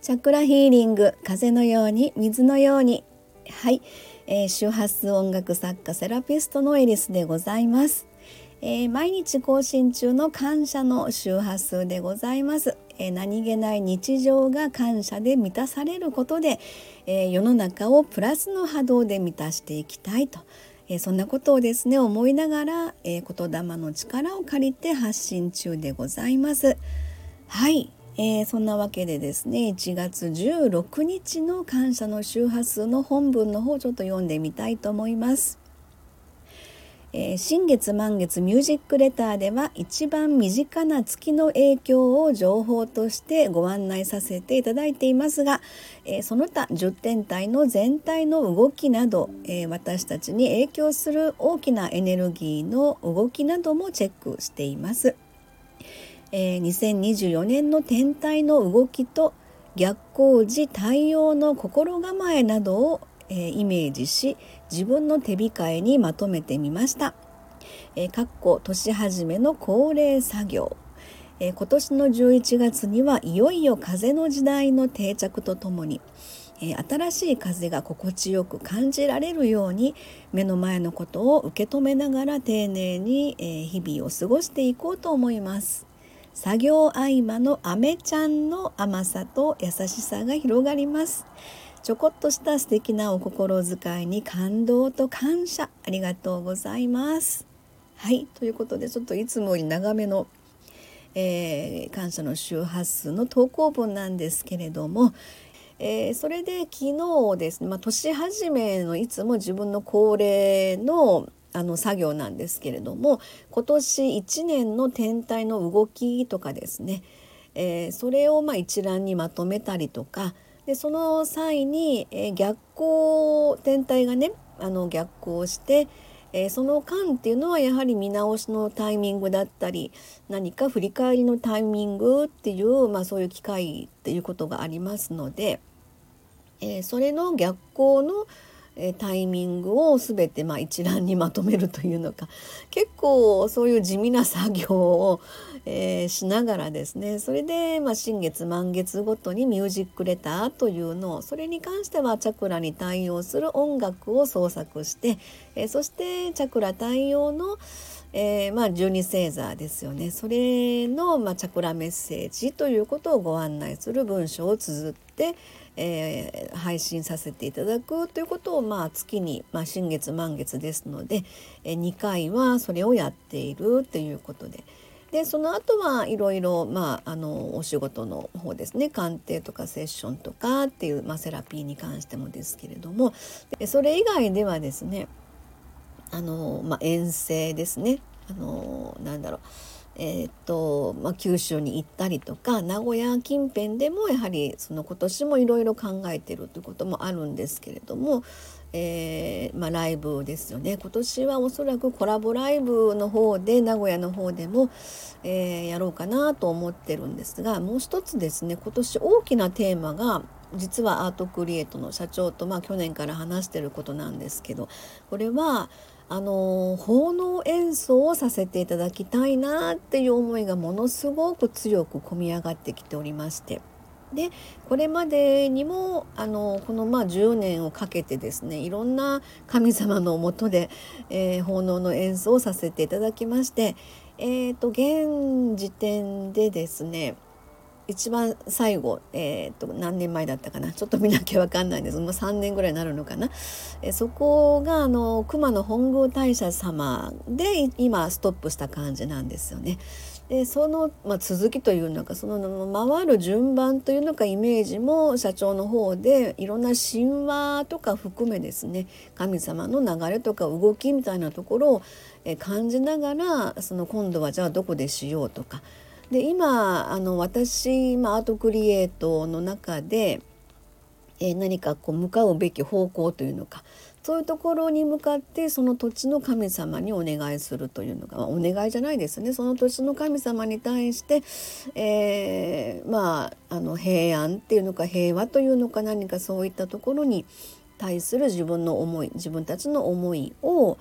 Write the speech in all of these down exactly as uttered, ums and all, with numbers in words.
チャクラヒーリング、風のように水のように。はい、えー、周波数音楽作家セラピストのエリスでございます。えー、毎日更新中の感謝の周波数でございます。えー、何気ない日常が感謝で満たされることで、えー、世の中をプラスの波動で満たしていきたいと、えー、そんなことをですね思いながら、えー、言霊の力を借りて発信中でございます。はい、えー、そんなわけでですねいちがつじゅうろくにちの感謝の周波数の本文の方ちょっと読んでみたいと思います。えー、新月満月ミュージックレターでは一番身近な月の影響を情報としてご案内させていただいていますが、えー、その他じゅってん体の全体の動きなど、えー、私たちに影響する大きなエネルギーの動きなどもチェックしています。えー、にせんにじゅうよねんの天体の動きと逆行時対応の心構えなどを、えー、イメージし自分の手控えにまとめてみました。えー、かっこ年始めの恒例作業、えー、今年のじゅういちがつにはいよいよ風の時代の定着とともに、えー、新しい風が心地よく感じられるように目の前のことを受け止めながら丁寧に、えー、日々を過ごしていこうと思います。作業合間のアメちゃんの甘さと優しさが広がります。ちょこっとした素敵なお心遣いに感動と感謝ありがとうございます。はい、ということでちょっといつもより長めの、えー、感謝の周波数の投稿文なんですけれども、えー、それで昨日ですね、まあ、年始めのいつも自分の恒例のあの作業なんですけれども、今年いちねんの天体の動きとかですね、えー、それをまあ一覧にまとめたりとかで、その際に、えー、逆行天体がねあの逆行して、えー、その間っていうのはやはり見直しのタイミングだったり何か振り返りのタイミングっていう、まあ、そういう機会っていうことがありますので、えー、それの逆行のタイミングをすべてまあ一覧にまとめるというのか、結構そういう地味な作業を、えー、しながらですね、それでまあ新月満月ごとにミュージックレターというのを、それに関してはチャクラに対応する音楽を創作して、えー、そしてチャクラ対応のえー、まあじゅうに星座ですよね、それの、まあ、チャクラメッセージということをご案内する文章を綴って、えー、配信させていただくということを、まあ、月に、まあ、新月満月ですので、えー、にかいはそれをやっているということで、でその後はいろいろ、まあ、あのお仕事の方ですね、鑑定とかセッションとかっていう、まあ、セラピーに関してもですけれども、でそれ以外ではですね、あの、まあ、遠征ですね、あのなんだろう、えーっとまあ、九州に行ったりとか名古屋近辺でもやはりその今年もいろいろ考えているということもあるんですけれども、えーまあ、ライブですよね。今年はおそらくコラボライブの方で名古屋の方でも、えー、やろうかなと思ってるんですが、もう一つですね、今年大きなテーマが実はアートクリエイトの社長と、まあ、去年から話してることなんですけど、これはあの奉納演奏をさせていただきたいなっていう思いがものすごく強く込み上がってきておりまして、でこれまでにもあのこのまあじゅうねんをかけてですね、いろんな神様のもとで、えー、奉納の演奏をさせていただきまして、えー、と現時点でですね、一番最後、えー、と何年前だったかな、ちょっと見なきゃ分かんないんです。もうさんねんぐらいになるのかな。えそこがあの熊野本宮大社様で今ストップした感じなんですよね。でその、まあ、続きというのか、その回る順番というのか、イメージも社長の方でいろんな神話とか含めですね、神様の流れとか動きみたいなところを感じながら、その今度はじゃあどこでしようとかで、今あの私、まあ、アートクリエイトの中で、えー、何かこう向かうべき方向というのか、そういうところに向かってその土地の神様にお願いするというのが、まあ、お願いじゃないですね、その土地の神様に対して、えー、まああの平安っていうのか平和というのか、何かそういったところに対する自分の思い、自分たちの思いを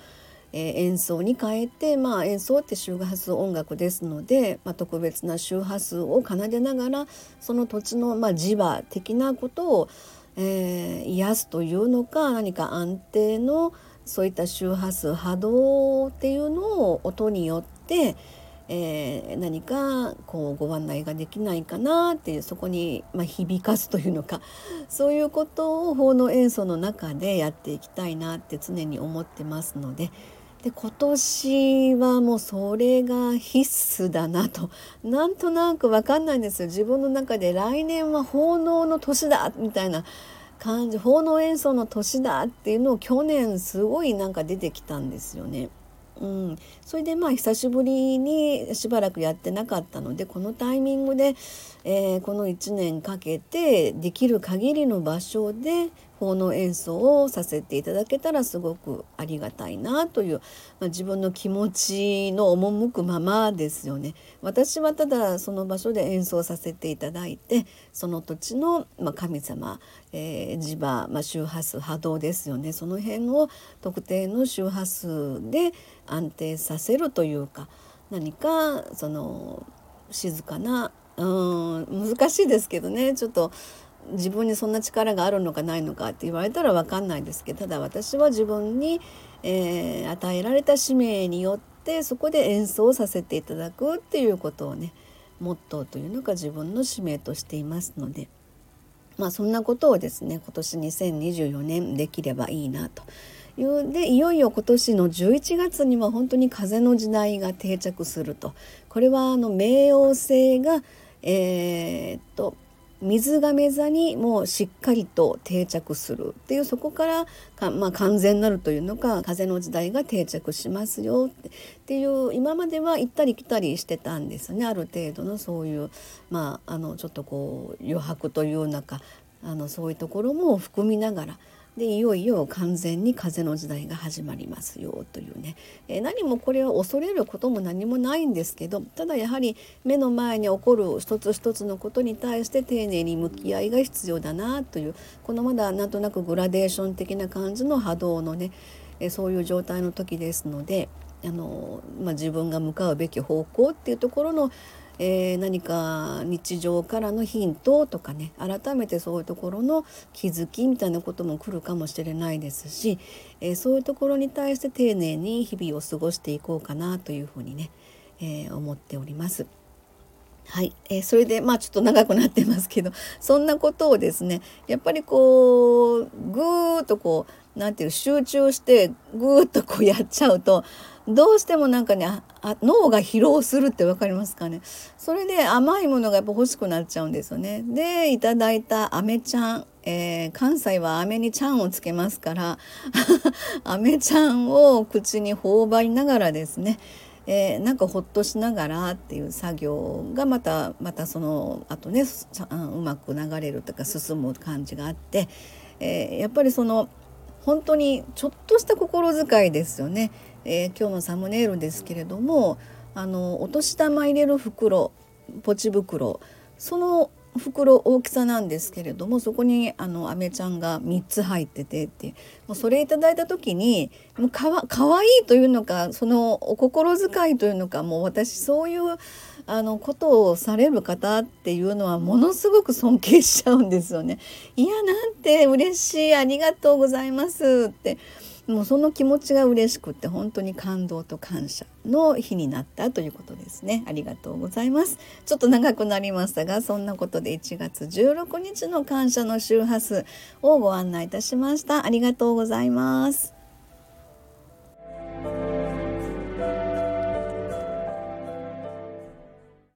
えー、演奏に変えて、まあ、演奏って周波数音楽ですので、まあ、特別な周波数を奏でながらその土地の、まあ、磁場的なことを、えー、癒すというのか、何か安定のそういった周波数波動っていうのを音によって、えー、何かこうご案内ができないかなっていう、そこに、まあ、響かすというのか、そういうことを奉納演奏の中でやっていきたいなって常に思ってますので、で今年はもうそれが必須だなと、なんとなく分かんないんですよ。自分の中で来年は奉納の年だみたいな感じ、奉納演奏の年だっていうのを去年すごいなんか出てきたんですよね。うん、それでまあ久しぶりにしばらくやってなかったので、このタイミングで、えー、このいちねんかけてできる限りの場所で奉納演奏をさせていただけたらすごくありがたいなという、まあ、自分の気持ちの赴くままですよね。私はただその場所で演奏させていただいて、その土地の、まあ、神様、えー、磁場、まあ、周波数波動ですよね、その辺を特定の周波数で安定させるというか、何かその静かな、うーん難しいですけどね、ちょっと自分にそんな力があるのかないのかって言われたら分かんないですけど、ただ私は自分に、えー、与えられた使命によってそこで演奏させていただくっていうことをね、モットーというのが自分の使命としていますので、まあそんなことをですね、今年にせんにじゅうよねんできればいいなという。でいよいよ今年のじゅういちがつには本当に風の時代が定着すると。これはあの冥王星がえー、っと水亀座にもうしっかりと定着するっていう、そこからか、まあ、完全になるというのか、風の時代が定着しますよっていう、今までは行ったり来たりしてたんですね。ある程度のそういう、まあ、あのちょっとこう余白というのか、あのそういうところも含みながら、でいよいよ完全に風の時代が始まりますよというね、えー、何もこれは恐れることも何もないんですけど、ただやはり目の前に起こる一つ一つのことに対して丁寧に向き合いが必要だなという、このまだなんとなくグラデーション的な感じの波動のね、えー、そういう状態の時ですので、あの、まあ、自分が向かうべき方向っていうところのえー、何か日常からのヒントとかね、改めてそういうところの気づきみたいなことも来るかもしれないですし、えー、そういうところに対して丁寧に日々を過ごしていこうかなというふうにね、えー、思っております。はい、えー、それでまあちょっと長くなってますけど、そんなことをですね、やっぱりこうぐーっとこうなんていう集中してぐーっとこうやっちゃうと、どうしてもなんかね、ああ脳が疲労するって分かりますかね。それで甘いものがやっぱ欲しくなっちゃうんですよね。でいただいた飴ちゃん、えー、関西は飴にちゃんをつけますから飴ちゃんを口に頬張りながらですね、えー、なんかほっとしながらっていう作業がまたまたそのあとね、うまく流れるとか進む感じがあって、えー、やっぱりその本当にちょっとした心遣いですよね。えー、今日のサムネイルですけれども、あのお年玉入れる袋、ポチ袋、その袋大きさなんですけれども、そこにあのアメちゃんがみっつ入っててって、もうそれいただいた時にもうかわ、かわいいというのか、そのお心遣いというのか、もう私そういうあのことをされる方っていうのはものすごく尊敬しちゃうんですよね。いや、なんて嬉しい、ありがとうございますって、もうその気持ちが嬉しくって、本当に感動と感謝の日になったということですね。ありがとうございます。ちょっと長くなりましたが、そんなことでいちがつじゅうろくにちの感謝の周波数をご案内いたしました。ありがとうございます。